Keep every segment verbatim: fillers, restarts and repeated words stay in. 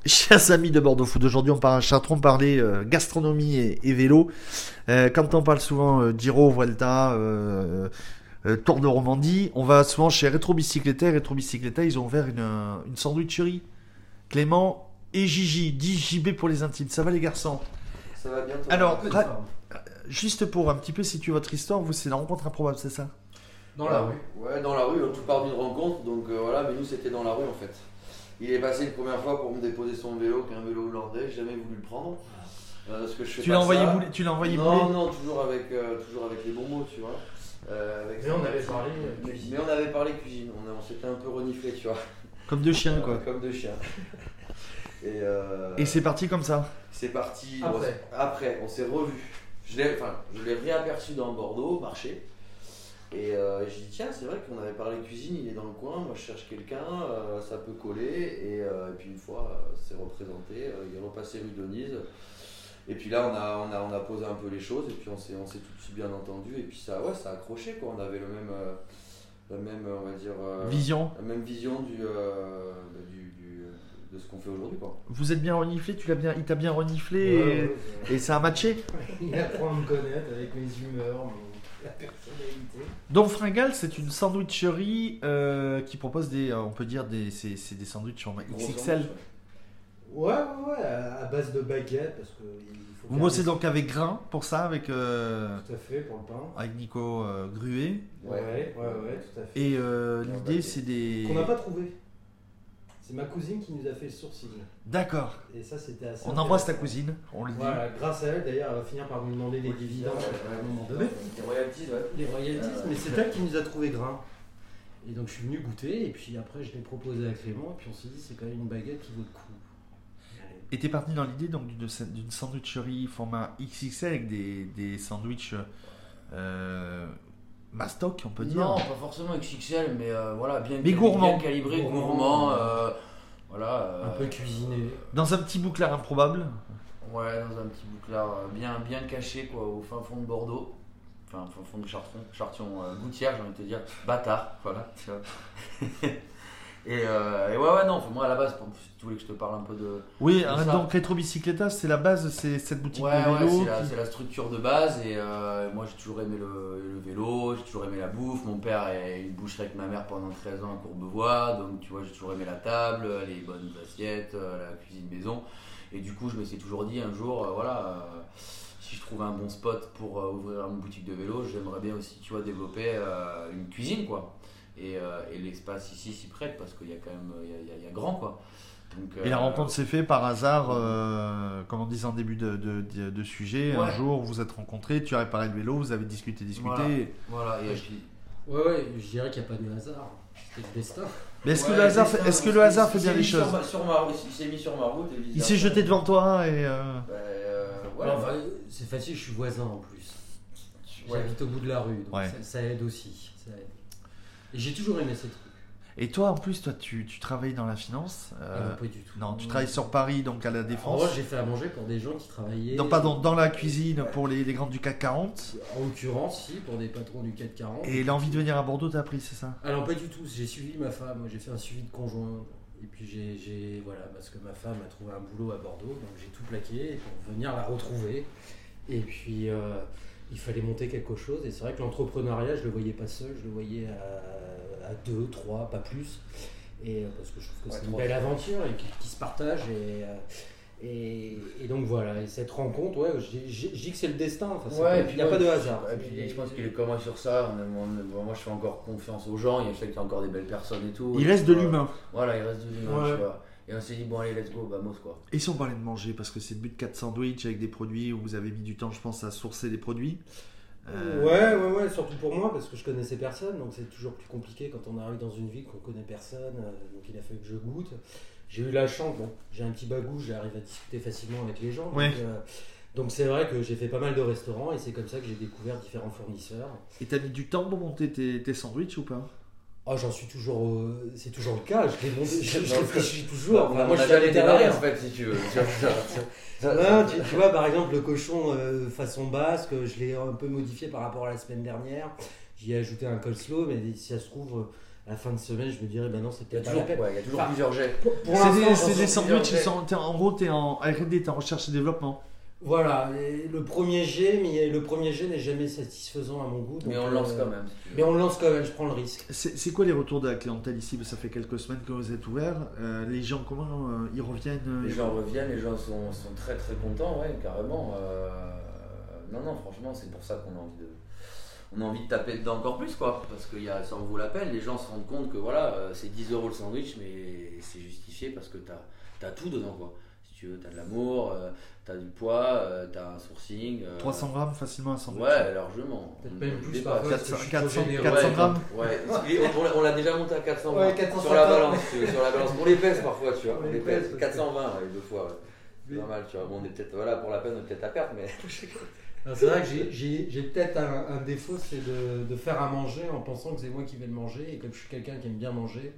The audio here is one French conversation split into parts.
Chers amis de Bordeaux Food, aujourd'hui on part à Chartres, on parlait euh, gastronomie et, et vélo. Euh, quand on parle souvent euh, Giro, Vuelta, euh, euh, Tour de Romandie, on va souvent chez Retro Bicycletta. Retro Bicycletta, ils ont ouvert une, euh, une sandwicherie. Clément et Gigi, dit J B pour les intimes. Ça va les garçons? Ça va bien. Toi, Alors, ra- juste pour un petit peu situer votre histoire, vous c'est la rencontre improbable, c'est ça? Dans la rue. Ouais, dans la rue, tout part d'une rencontre, donc euh, voilà, mais nous c'était dans la rue en fait. Il est passé une première fois pour me déposer son vélo, qui est un vélo hollandais, j'ai jamais voulu le prendre. Euh, parce que je fais Tu pas l'as envoyé ça. bouler, tu l'as envoyé Non, bouler non, toujours avec, euh, toujours avec les bons mots, tu vois. Euh, avec Mais ça. on avait parlé mais, cuisine. mais on avait parlé cuisine, on, a- on s'était un peu reniflé, tu vois. Comme deux chiens, quoi. Euh, comme deux chiens. Et, euh, Et c'est parti comme ça. c'est parti. Après. on s'est- après, on s'est revus. Je l'ai, enfin, je l'ai réaperçu dans Bordeaux, au marché. Et euh, j'ai dit, tiens, c'est vrai qu'on avait parlé cuisine, il est dans le coin, moi je cherche quelqu'un, euh, ça peut coller. Et, euh, et puis une fois, euh, c'est représenté, euh, il est repassé rue Denise. Et puis là, on a, on a, on a posé un peu les choses, et puis on s'est, on s'est tout de suite bien entendu. Et puis ça, ouais, ça a accroché, quoi. On avait le même, euh, la même, on va dire, euh, Vision. la même vision du, euh, du, du- de ce qu'on fait aujourd'hui, quoi. Vous êtes bien reniflé, tu l'as bien, il t'a bien reniflé Ouais, et, ouais, ouais. et ça a matché. Il apprend à me connaître avec mes humeurs, mes- la personnalité. Donc Fringal, c'est une sandwicherie euh, qui propose des, euh, on peut dire des, c'est, c'est des sandwichs en X X L. Ouais, ouais, ouais, à à base de baguette, parce que il faut. Vous faire bossez des- donc avec grain pour ça, avec euh, Tout à fait, pour le pain. avec Nico euh, Gruet. Ouais, ouais, ouais, ouais, tout à fait. Et euh, Ouais, l'idée bah, c'est des. Qu'on n'a pas trouvé. C'est ma cousine qui nous a fait le sourcing. D'accord. Et ça, c'était assez. On embrasse ta intéressant. cousine, on le dit. Voilà, grâce à elle, d'ailleurs, elle va finir par nous demander des dividendes à un moment donné. Les royalties, ouais. Les royalties, Euh, mais c'est elle qui nous a trouvé grain. Et donc je suis venu goûter, et puis après je l'ai proposé à Clément, et puis on s'est dit c'est quand même une baguette qui vaut le coup. Allez. Et t'es parti dans l'idée donc d'une, d'une sandwicherie format X X L avec des, des sandwichs euh, mastoc, on peut dire. Non, pas forcément X X L, mais euh, voilà, bien, Mais bien- gourmand. bien calibré, Gourmand. gourmand. euh, voilà. euh, Un peu cuisiné. Dans un petit bouclard improbable. Ouais, dans un petit bouclard euh, bien, bien caché, quoi, au fin fond de Bordeaux. Enfin, au fin fond de Chartron, Chartion, euh, Gouttière, j'ai envie de te dire. Bâtard, voilà. Tu vois. et, euh, et ouais, ouais, non, enfin, moi à la base, pour- si tu voulais que je te parle un peu de. Oui, C'est hein, ça. donc Retro Bicycletta, c'est la base, c'est cette boutique Ouais, de ouais, vélo. c'est la, qui- c'est la structure de base et euh, moi j'ai toujours aimé le, le vélo, j'ai toujours aimé la bouffe. Mon père a une boucherie avec ma mère pendant treize ans à Courbevoie, donc tu vois j'ai toujours aimé la table, les bonnes assiettes, euh, la cuisine maison. Et du coup je me suis toujours dit un jour, euh, voilà, euh, si je trouvais un bon spot pour euh, ouvrir une boutique de vélo, j'aimerais bien aussi tu vois, développer euh, une cuisine quoi. Et, euh, et l'espace ici s'y prête parce qu'il y a quand même il y a, il y a- il y a grand quoi. Donc, Et la euh, rencontre s'est faite par hasard, euh, comme on disait en début de, de, de- de sujet. Un Ouais. jour, vous vous êtes rencontrés, tu as réparé le vélo, vous avez discuté, discuté. Voilà, voilà, et puis- Ouais, ouais, je dirais qu'il n'y a pas de hasard. C'était le destin. Mais est-ce que Ouais, le hasard, c'est fait, ça. est-ce que le hasard Il fait s'est bien les mis sur choses? ma- sur ma- Il s'est mis sur ma route. et Il s'est jeté devant toi et. euh, Bah, euh, ouais, Alors, enfin, c'est facile, je suis voisin en plus. ouais. J'habite au bout de la rue, donc Ouais. ça, ça aide aussi. Ça aide. Et j'ai toujours aimé ces trucs. Et toi, en plus, toi, tu, tu travailles dans la finance. euh, Ah non, pas du tout. Non, tu travailles sur Paris, donc à la En Défense. revanche, j'ai fait à manger pour des gens qui travaillaient. Non, pardon, dans la cuisine pour les, les grandes du CAC quarante. En l'occurrence, si, pour des patrons du CAC quarante. Et l'envie de venir à Bordeaux, t'as pris, c'est ça? Alors pas du tout, j'ai suivi ma femme, moi j'ai fait un suivi de conjoint. Et puis j'ai, j'ai- voilà, parce que ma femme a trouvé un boulot à Bordeaux, donc j'ai tout plaqué pour venir la retrouver. Et puis euh, il fallait monter quelque chose. Et c'est vrai que l'entrepreneuriat, je le voyais pas seul, je le voyais à, à deux, trois, pas plus. Et euh, parce que je trouve que Ouais, c'est une trois. belle aventure et qui, qui se partage. Et, euh, et, et donc voilà, et cette rencontre, ouais, j'ai- j'ai- je dis que c'est le destin. Enfin, c'est Ouais, pas- et il puis n'y a moi, pas de je- hasard. Et puis je pense qu'il est comme moi sur ça. On est- on est- bon, moi je fais encore confiance aux gens. Je sais qu'il y a encore des belles personnes et tout. Il Et reste tu de vois, l'humain. Voilà, il reste de l'humain. Ouais. Tu vois. Et on s'est dit, bon, allez, let's go, vamos quoi. Et si on parlait de manger, parce que c'est le but de quatre sandwichs avec des produits où vous avez mis du temps, je pense, à sourcer des produits. Euh, Ouais, ouais, ouais, surtout pour moi, parce que je connaissais personne, donc c'est toujours plus compliqué quand on arrive dans une ville qu'on connaît personne, euh, donc il a fallu que je goûte. J'ai eu la chance, bon, j'ai un petit bagou, j'arrive à discuter facilement avec les gens. Ouais. Donc, euh, donc c'est vrai que j'ai fait pas mal de restaurants et c'est comme ça que j'ai découvert différents fournisseurs. Et t'as mis du temps pour monter tes, tes sandwichs ou pas? Oh, j'en suis toujours, euh, c'est toujours le cas, je, les monte- je, je Non, réfléchis toujours. Enfin, on moi, je a suis à jamais démarré l'intérieur. en fait, si tu veux. Tu vois, ça- ça- Non, tu, tu vois, par exemple, le cochon euh, façon basque, je l'ai un peu modifié par rapport à la semaine dernière. J'y ai ajouté un coleslaw, mais si ça se trouve, à la fin de semaine, je me dirais, bah non, c'est Il y a peut-être pas toujours, la peine. ouais, il y a toujours Enfin, plusieurs jets. Pour, pour C'est l'instant, des, j'en c'est des sors sandwichs, plusieurs ils sont- t'es- en gros, tu es en R et D, tu es en recherche et développement. Voilà, et le premier jet, mais le premier jet n'est jamais satisfaisant à mon goût. Mais donc, on le lance euh, quand même. si tu veux. Mais on le lance quand même, je prends le risque. C'est c'est quoi les retours de la clientèle ici? Ça fait quelques semaines que vous êtes ouvert. Euh, les gens, comment euh, ils reviennent euh, Les gens reviennent, les gens sont, sont très très contents, ouais, carrément. Euh, non, non, franchement, c'est pour ça qu'on a envie de, on a envie de taper dedans encore plus, quoi. Parce que y a, ça en vaut la peine. Les gens se rendent compte que voilà, euh, c'est dix euros le sandwich, mais c'est justifié parce que t'as as tout dedans, quoi. Si tu veux, t'as de l'amour, euh, t'as du poids, euh, t'as un sourcing. euh, trois cents grammes facilement un sandwich. Ouais, largement. Peut-être On- même on plus dépasse. parfois. quatre cents, parce que je suis quatre trop cents, généreux. quatre cents Ouais, grammes. Ouais, et on, l'a- on l'a déjà monté à quatre cent vingt Ouais, quatre cent sur la cinquante. balance, tu veux, sur la balance. On les pèse parfois, tu vois. On On les les pèse, pèse. parce quatre cent vingt, ouais, deux fois. Ouais. C'est Mais- pas mal, tu vois. Bon, on est peut-être, voilà, pour la peine, on est peut-être à perte, mais. Alors, c'est vrai que j'ai- j'ai j'ai peut-être un, un défaut, c'est de, de faire à manger en pensant que c'est moi qui vais le manger. Et comme je suis quelqu'un qui aime bien manger,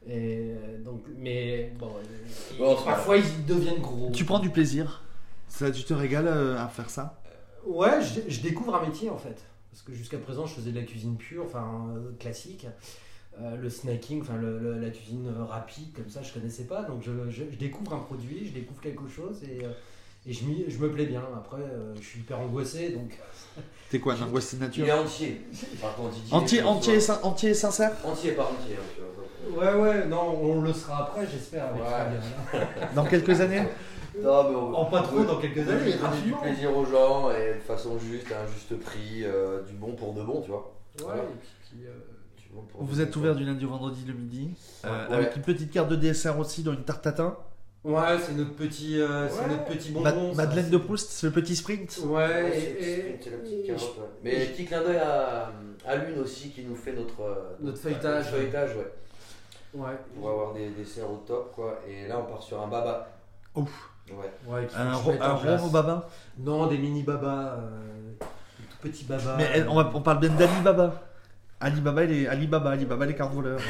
et euh, donc, mais bon, euh, Bon, c'est parfois ils deviennent gros. Tu prends du plaisir. Ça, tu te régales euh, à faire ça. Ouais, je, je découvre un métier en fait. Parce que jusqu'à présent, je faisais de la cuisine pure, enfin euh, classique. Euh, le snacking, enfin le- le- la cuisine euh, rapide, comme ça, je connaissais pas. Donc je, je- je découvre un produit, je découvre quelque chose et, euh, et je, m'y- je me plais bien. Après, euh, je suis hyper angoissé, donc T'es quoi, un angoisse de Il est nature? entier. Par contre, il dit Entier, les choses, entier, et tu sin- entier et sincère? vois. Entier par entier, hein, tu vois. ouais, ouais, non, on le sera après, j'espère. Avec Ouais. Fabien, là. Dans quelques années? Non, mais on, En pas trop on- dans quelques on veut années, juste donner du rapidement. plaisir aux gens et de façon juste, à un juste prix, euh, du bon pour de bon, tu vois. Ouais, Voilà. et puis, puis, euh, Du bon pour Vous de êtes bon, ouvert quoi. du lundi au vendredi le midi, euh, Ouais. avec une petite carte de dessert aussi, dans une tarte tatin. ouais, c'est notre petit, euh, c'est Ouais. notre petit Ma- bonbon. ça, Madeleine c'est- de Proust, c'est le petit sprint. Ouais, Ouais, et, c'est- et- c'est la petite et carotte, je- ouais. Mais petit clin d'œil à, à Lune aussi qui nous fait notre, euh, Notre feuilletage. notre feuilletage, ouais. ouais, Pour avoir des desserts au top, quoi. Et là, on part sur un baba. Ouf. Ouais. ouais, qu'il faut Un, que je ro- mette un en place. rond au baba. Non, des mini babas, euh, des tout petits babas. Mais elle- on, va- on parle bien d'Ali Baba. Ali Baba, il est Ali Baba, Ali Baba, les cartes voleurs.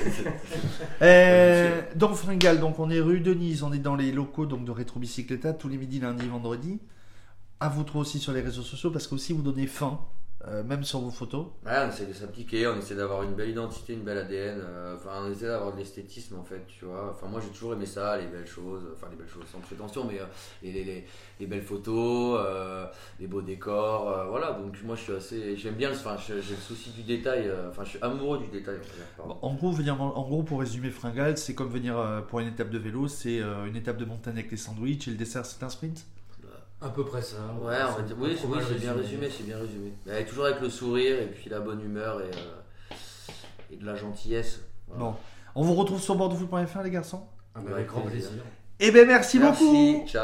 Euh, donc Fringal, donc on est rue Denise, on est dans les locaux donc de Rétro Bicycletta tous les midis, lundi, vendredi. À vous trois aussi sur les réseaux sociaux parce que aussi vous donnez faim, euh, même sur vos photos. Ouais, on essaie de s'appliquer, on essaie d'avoir une belle identité, une belle A D N. euh, Enfin, on essaie d'avoir de l'esthétisme en fait, tu vois. Enfin, moi j'ai toujours aimé ça, les belles choses. Enfin, les belles choses sans prétention, mais euh, les, les, les, les belles photos, euh, les beaux décors. euh, voilà, donc moi je suis assez. J'aime bien, enfin, je- j'ai le souci du détail. euh, Enfin, je suis amoureux du détail. on va dire, pardon. En gros, venir, en gros, pour résumer Fringal, c'est comme venir euh, pour une étape de vélo, c'est euh, une étape de montagne avec les sandwichs et le dessert c'est un sprint. À peu près ça. Ouais, on va dire, oui, pas trop oui mal c'est bien résumé, c'est bien résumé. Mais toujours avec le sourire et puis la bonne humeur et, euh, et de la gentillesse. Voilà. Bon, on vous retrouve sur bordeauxfoot point F R les garçons. Ah bah, Ouais, avec grand plaisir. plaisir. Eh ben merci, Merci, beaucoup. ciao.